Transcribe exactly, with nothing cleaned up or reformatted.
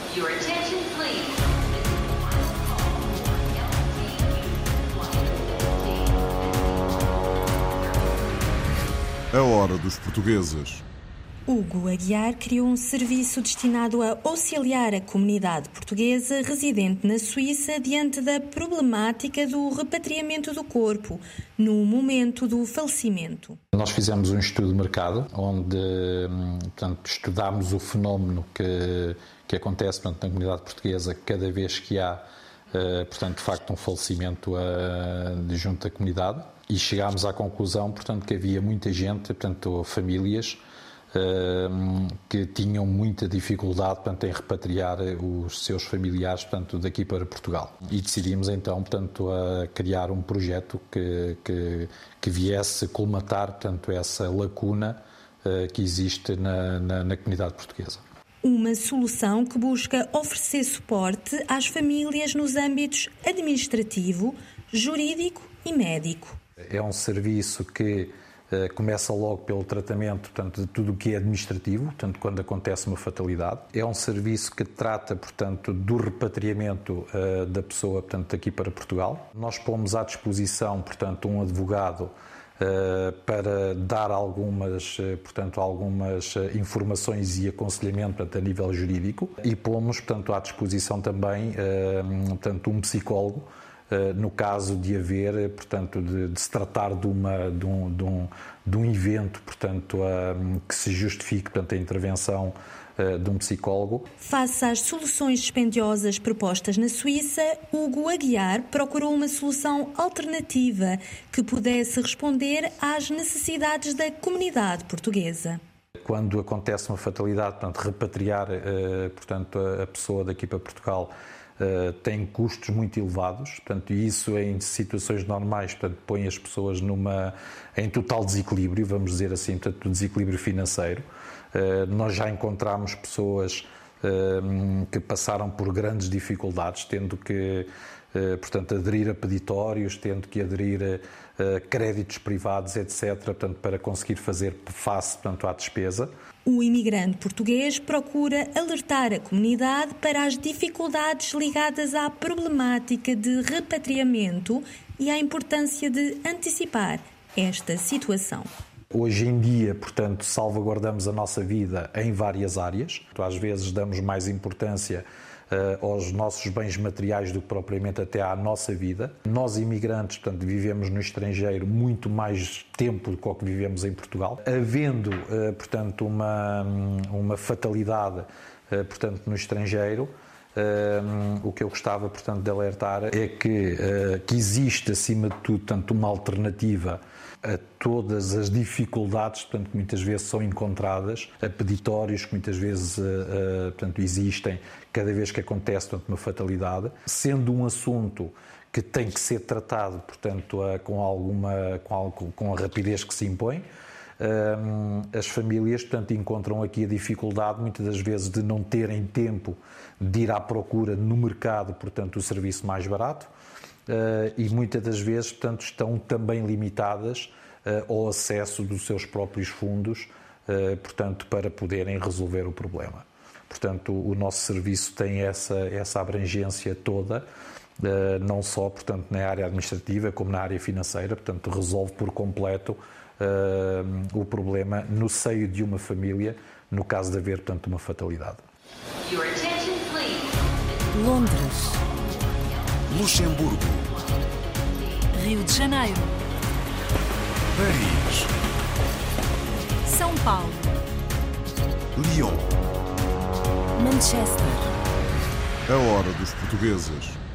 Your attention, please. A hora dos portugueses. Hugo Aguiar criou um serviço destinado a auxiliar a comunidade portuguesa residente na Suíça diante da problemática do repatriamento do corpo no momento do falecimento. Nós fizemos um estudo de mercado onde, portanto, estudámos o fenómeno que, que acontece, portanto, na comunidade portuguesa cada vez que há, portanto, de facto, um falecimento de junto da comunidade e chegámos à conclusão, portanto, que havia muita gente, portanto, famílias que tinham muita dificuldade, portanto, em repatriar os seus familiares, portanto, daqui para Portugal. E decidimos então, portanto, a criar um projeto que, que, que viesse colmatar, portanto, essa lacuna que existe na, na, na comunidade portuguesa. Uma solução que busca oferecer suporte às famílias nos âmbitos administrativo, jurídico e médico. É um serviço que começa logo pelo tratamento, portanto, de tudo o que é administrativo, portanto, quando acontece uma fatalidade. É um serviço que trata, portanto, do repatriamento uh, da pessoa, portanto, daqui para Portugal. Nós pomos à disposição, portanto, um advogado uh, para dar algumas, uh, portanto, algumas uh, informações e aconselhamento, portanto, a nível jurídico e pomos, portanto, à disposição também, uh, portanto, um psicólogo no caso de haver, portanto, de, de se tratar de, uma, de, um, de, um, de um evento, portanto, um, que se justifique, portanto, a intervenção uh, de um psicólogo. Face às soluções dispendiosas propostas na Suíça, Hugo Aguiar procurou uma solução alternativa que pudesse responder às necessidades da comunidade portuguesa. Quando acontece uma fatalidade, portanto, repatriar, uh, portanto, a, a pessoa daqui para Portugal Uh, tem custos muito elevados, portanto, e isso em situações normais, portanto, põe as pessoas numa, em total desequilíbrio, vamos dizer assim, portanto, desequilíbrio financeiro. Uh, nós já encontramos pessoas uh, que passaram por grandes dificuldades, tendo que, uh, portanto, aderir a peditórios, tendo que aderir a, a créditos privados, etcétera, portanto, para conseguir fazer face, portanto, à despesa. O imigrante português procura alertar a comunidade para as dificuldades ligadas à problemática de repatriamento e à importância de antecipar esta situação. Hoje em dia, portanto, salvaguardamos a nossa vida em várias áreas. Às vezes damos mais importância uh, aos nossos bens materiais do que propriamente até à nossa vida. Nós, imigrantes, portanto, vivemos no estrangeiro muito mais tempo do que o que vivemos em Portugal. Havendo, uh, portanto, uma, uma fatalidade, uh, portanto, no estrangeiro, Uh, o que eu gostava, portanto, de alertar é que, uh, que existe, acima de tudo, portanto, uma alternativa a todas as dificuldades, portanto, que muitas vezes são encontradas, a peditórios que muitas vezes uh, uh, portanto, existem cada vez que acontece, portanto, uma fatalidade, sendo um assunto que tem que ser tratado, portanto, uh, com, alguma, com, algo, com a rapidez que se impõe. As famílias, portanto, encontram aqui a dificuldade, muitas das vezes, de não terem tempo de ir à procura no mercado, portanto, o serviço mais barato e muitas das vezes, portanto, estão também limitadas ao acesso dos seus próprios fundos, portanto, para poderem resolver o problema. Portanto, o nosso serviço tem essa, essa abrangência toda, não só, portanto, na área administrativa, como na área financeira, portanto, resolve por completo Uh, o problema no seio de uma família, no caso de haver, portanto, uma fatalidade. Your attention, please. Londres, Luxemburgo, Rio de Janeiro, Paris, São Paulo, Lyon. Manchester. A hora dos portugueses.